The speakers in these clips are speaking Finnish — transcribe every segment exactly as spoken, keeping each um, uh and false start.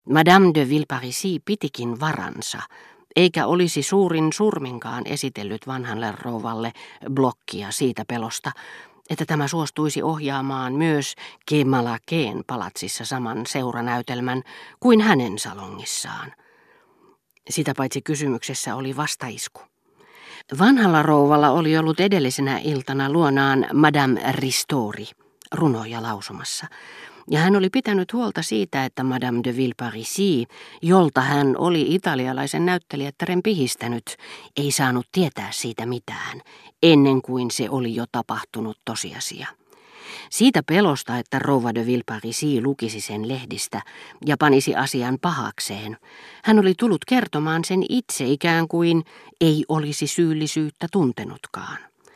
Madame de Villeparisis pitikin varansa, eikä olisi suurin surminkaan esitellyt vanhalle rouvalle blokkia siitä pelosta, että tämä suostuisi ohjaamaan myös Kemalakeen palatsissa saman seuranäytelmän kuin hänen salongissaan. Sitä paitsi kysymyksessä oli vastaisku. Vanhalla rouvalla oli ollut edellisenä iltana luonaan Madame Ristori runoja lausumassa, ja hän oli pitänyt huolta siitä, että Madame de Villeparisis, jolta hän oli italialaisen näyttelijättären pihistänyt, ei saanut tietää siitä mitään, ennen kuin se oli jo tapahtunut tosiasia. Siitä pelosta, että rouva de Villeparisis lukisi sen lehdistä ja panisi asian pahakseen, hän oli tullut kertomaan sen itse ikään kuin ei olisi syyllisyyttä tuntenutkaan.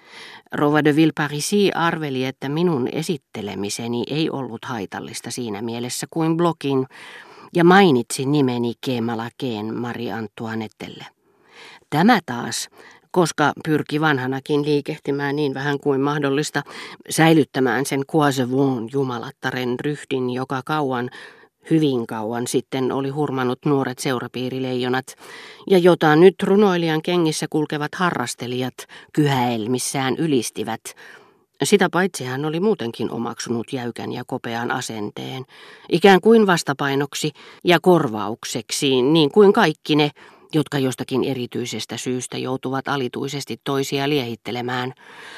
Rouva de Villeparisis arveli, että minun esittelemiseni ei ollut haitallista siinä mielessä kuin Blokin, ja mainitsi nimeni Kemalakeen Marie Antoinettelle. Tämä taas, koska pyrki vanhanakin liikehtimään niin vähän kuin mahdollista, säilyttämään sen Coisevon jumalattaren ryhdin, joka kauan, hyvin kauan sitten oli hurmannut nuoret seurapiirileijonat, ja jota nyt runoilijan kengissä kulkevat harrastelijat kyhäelmissään ylistivät. Sitä paitsi hän oli muutenkin omaksunut jäykän ja kopean asenteen, ikään kuin vastapainoksi ja korvaukseksi, niin kuin kaikki ne, jotka jostakin erityisestä syystä joutuvat alituisesti toisia liehittelemään.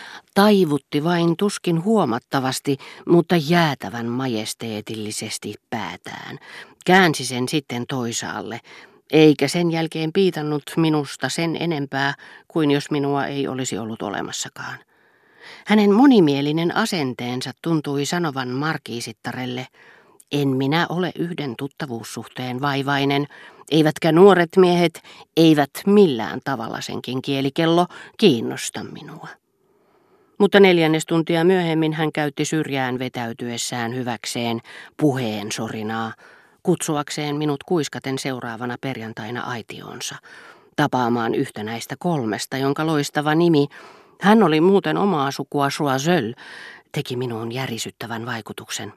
Taivutti vain tuskin huomattavasti, mutta jäätävän majesteetillisesti päätään. Käänsi sen sitten toisaalle, eikä sen jälkeen piitannut minusta sen enempää kuin jos minua ei olisi ollut olemassakaan. Hänen monimielinen asenteensa tuntui sanovan markiisittarelle, en minä ole yhden tuttavuussuhteen vaivainen, eivätkä nuoret miehet, eivät millään tavalla senkin kielikello kiinnosta minua. Mutta neljännes tuntia myöhemmin hän käytti syrjään vetäytyessään hyväkseen puheen sorinaa, kutsuakseen minut kuiskaten seuraavana perjantaina aitioonsa, tapaamaan yhtä näistä kolmesta, jonka loistava nimi, hän oli muuten omaa sukua Choiseul, teki minuun järisyttävän vaikutuksen.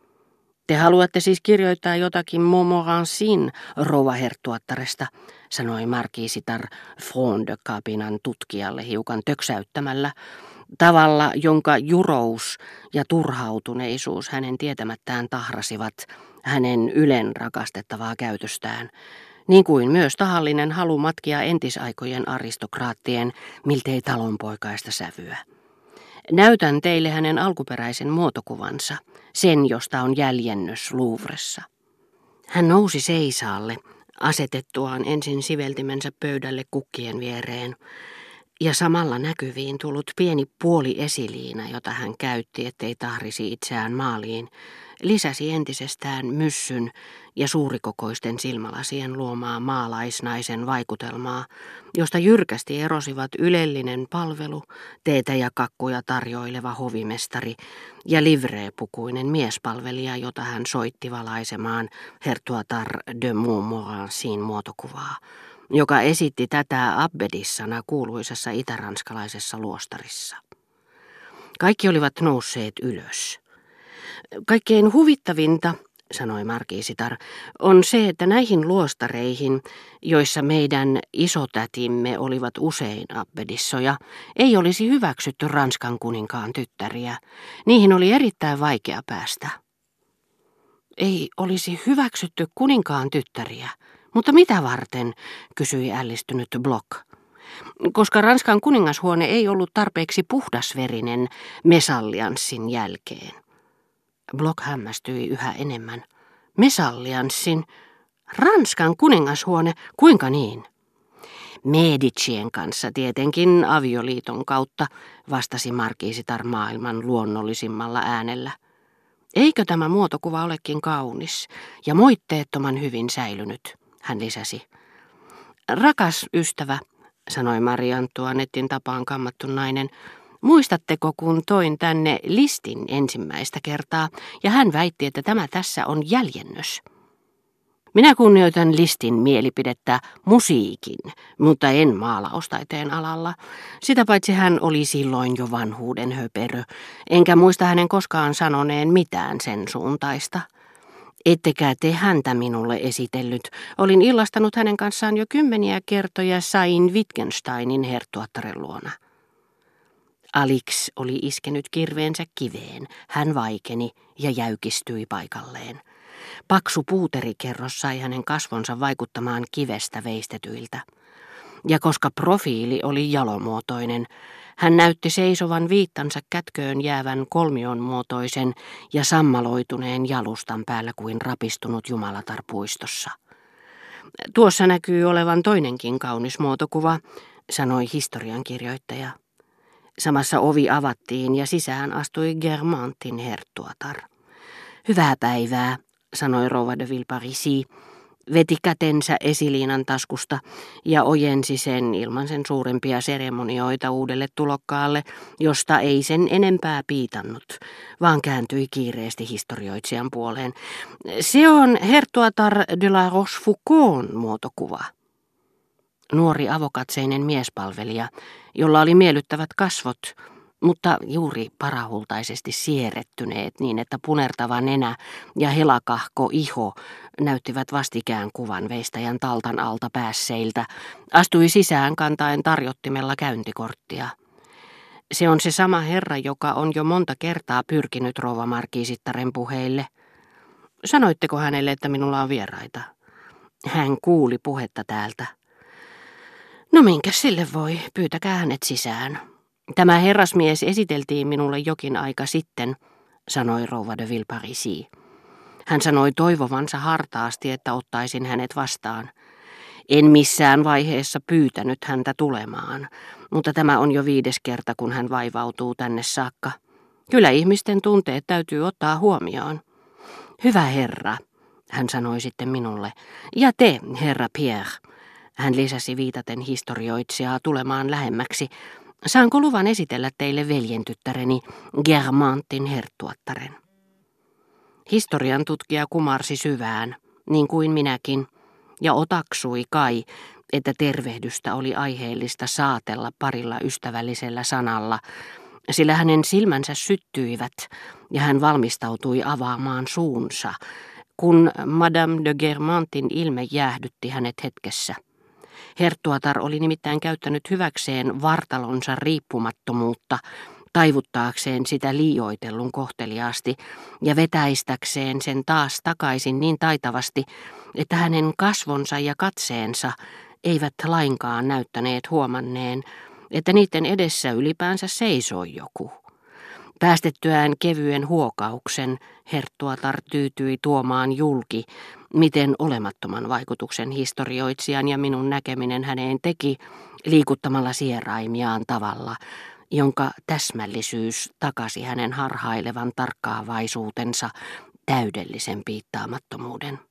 Te haluatte siis kirjoittaa jotakin Montmorencin rouvaherttuattaresta, sanoi markiisitar Front de Capinan tutkijalle hiukan töksäyttämällä, tavalla, jonka jurous ja turhautuneisuus hänen tietämättään tahrasivat hänen ylen rakastettavaa käytöstään, niin kuin myös tahallinen halu matkia entisaikojen aristokraattien miltei talonpoikaista sävyä. Näytän teille hänen alkuperäisen muotokuvansa, sen josta on jäljennös Louvressa. Hän nousi seisaalle, asetettuaan ensin siveltimensä pöydälle kukkien viereen, ja samalla näkyviin tullut pieni puoli esiliina, jota hän käytti, ettei tahrisi itseään maaliin, lisäsi entisestään myssyn ja suurikokoisten silmälasien luomaa maalaisnaisen vaikutelmaa, josta jyrkästi erosivat ylellinen palvelu, teetä ja kakkuja tarjoileva hovimestari ja livreepukuinen miespalvelija, jota hän soitti valaisemaan herttuatar de Montmorencin muotokuvaa, joka esitti tätä abbedissana kuuluisassa itäranskalaisessa luostarissa. Kaikki olivat nousseet ylös. Kaikkein huvittavinta, sanoi markiisitar, on se, että näihin luostareihin, joissa meidän isotätimme olivat usein abbedissoja, ei olisi hyväksytty Ranskan kuninkaan tyttäriä. Niihin oli erittäin vaikea päästä. Ei olisi hyväksytty kuninkaan tyttäriä. Mutta mitä varten, kysyi ällistynyt Block. Koska Ranskan kuningashuone ei ollut tarpeeksi puhdasverinen mesallianssin jälkeen. Block hämmästyi yhä enemmän. Mesallianssin? Ranskan kuningashuone? Kuinka niin? Medicien kanssa tietenkin avioliiton kautta, vastasi markiisitar maailman luonnollisimmalla äänellä. Eikö tämä muotokuva olekin kaunis ja moitteettoman hyvin säilynyt? Hän lisäsi. Rakas ystävä, sanoi Marie Antoinettin tapaan kammattu nainen, muistatteko kun toin tänne listin ensimmäistä kertaa ja hän väitti, että tämä tässä on jäljennös? Minä kunnioitan listin mielipidettä musiikin, mutta en maalaustaiteen alalla. Sitä paitsi hän oli silloin jo vanhuuden höperö, enkä muista hänen koskaan sanoneen mitään sen suuntaista. Ettekä te häntä minulle esitellyt. Olin illastanut hänen kanssaan jo kymmeniä kertoja Sain Wittgensteinin herttuattaren luona. Alix oli iskenyt kirveensä kiveen. Hän vaikeni ja jäykistyi paikalleen. Paksu puuterikerros sai hänen kasvonsa vaikuttamaan kivestä veistetyiltä. Ja koska profiili oli jalomuotoinen, hän näytti seisovan viittansa kätköön jäävän kolmion muotoisen ja sammaloituneen jalustan päällä kuin rapistunut jumalatar puistossa. Tuossa näkyy olevan toinenkin kaunis muotokuva, sanoi historiankirjoittaja. Samassa ovi avattiin ja sisään astui Guermantin herttuatar. Hyvää päivää, sanoi rouva de Villeparisis, veti kätensä esiliinan taskusta ja ojensi sen ilman sen suurempia seremonioita uudelle tulokkaalle, josta ei sen enempää piitannut, vaan kääntyi kiireesti historioitsijan puoleen. Se on herttuatar de la Rochefoucauld muotokuva. Nuori avokatseinen miespalvelija, jolla oli miellyttävät kasvot, mutta juuri parahultaisesti sierrettyneet niin, että punertava nenä ja helakahko iho näyttivät vastikään kuvan veistäjän taltan alta päässeiltä, astui sisään kantaen tarjottimella käyntikorttia. Se on se sama herra, joka on jo monta kertaa pyrkinyt rouva markiisittaren puheille. Sanoitteko hänelle, että minulla on vieraita? Hän kuuli puhetta täältä. No minkä sille voi, pyytäkää hänet sisään. Tämä herrasmies esiteltiin minulle jokin aika sitten, sanoi rouva de Villeparisis. Hän sanoi toivovansa hartaasti, että ottaisin hänet vastaan. En missään vaiheessa pyytänyt häntä tulemaan, mutta tämä on jo viides kerta, kun hän vaivautuu tänne saakka. Kyllä ihmisten tunteet täytyy ottaa huomioon. Hyvä herra, hän sanoi sitten minulle, ja te, herra Pierre. Hän lisäsi viitaten historioitsijaa tulemaan lähemmäksi. Saanko luvan esitellä teille veljentyttäreni Guermantin herttuattaren? Historian tutkija kumarsi syvään, niin kuin minäkin, ja otaksui kai, että tervehdystä oli aiheellista saatella parilla ystävällisellä sanalla, sillä hänen silmänsä syttyivät ja hän valmistautui avaamaan suunsa, kun Madame de Guermantin ilme jäähdytti hänet hetkessä. Herttuatar oli nimittäin käyttänyt hyväkseen vartalonsa riippumattomuutta, taivuttaakseen sitä liioitellun kohteliaasti ja vetäistäkseen sen taas takaisin niin taitavasti, että hänen kasvonsa ja katseensa eivät lainkaan näyttäneet huomanneen, että niiden edessä ylipäänsä seisoi joku. Päästettyään kevyen huokauksen, herttuatar tyytyi tuomaan julki, miten olemattoman vaikutuksen historioitsijan ja minun näkeminen häneen teki liikuttamalla sieraimiaan tavalla, jonka täsmällisyys takasi hänen harhailevan tarkkaavaisuutensa täydellisen piittaamattomuuden.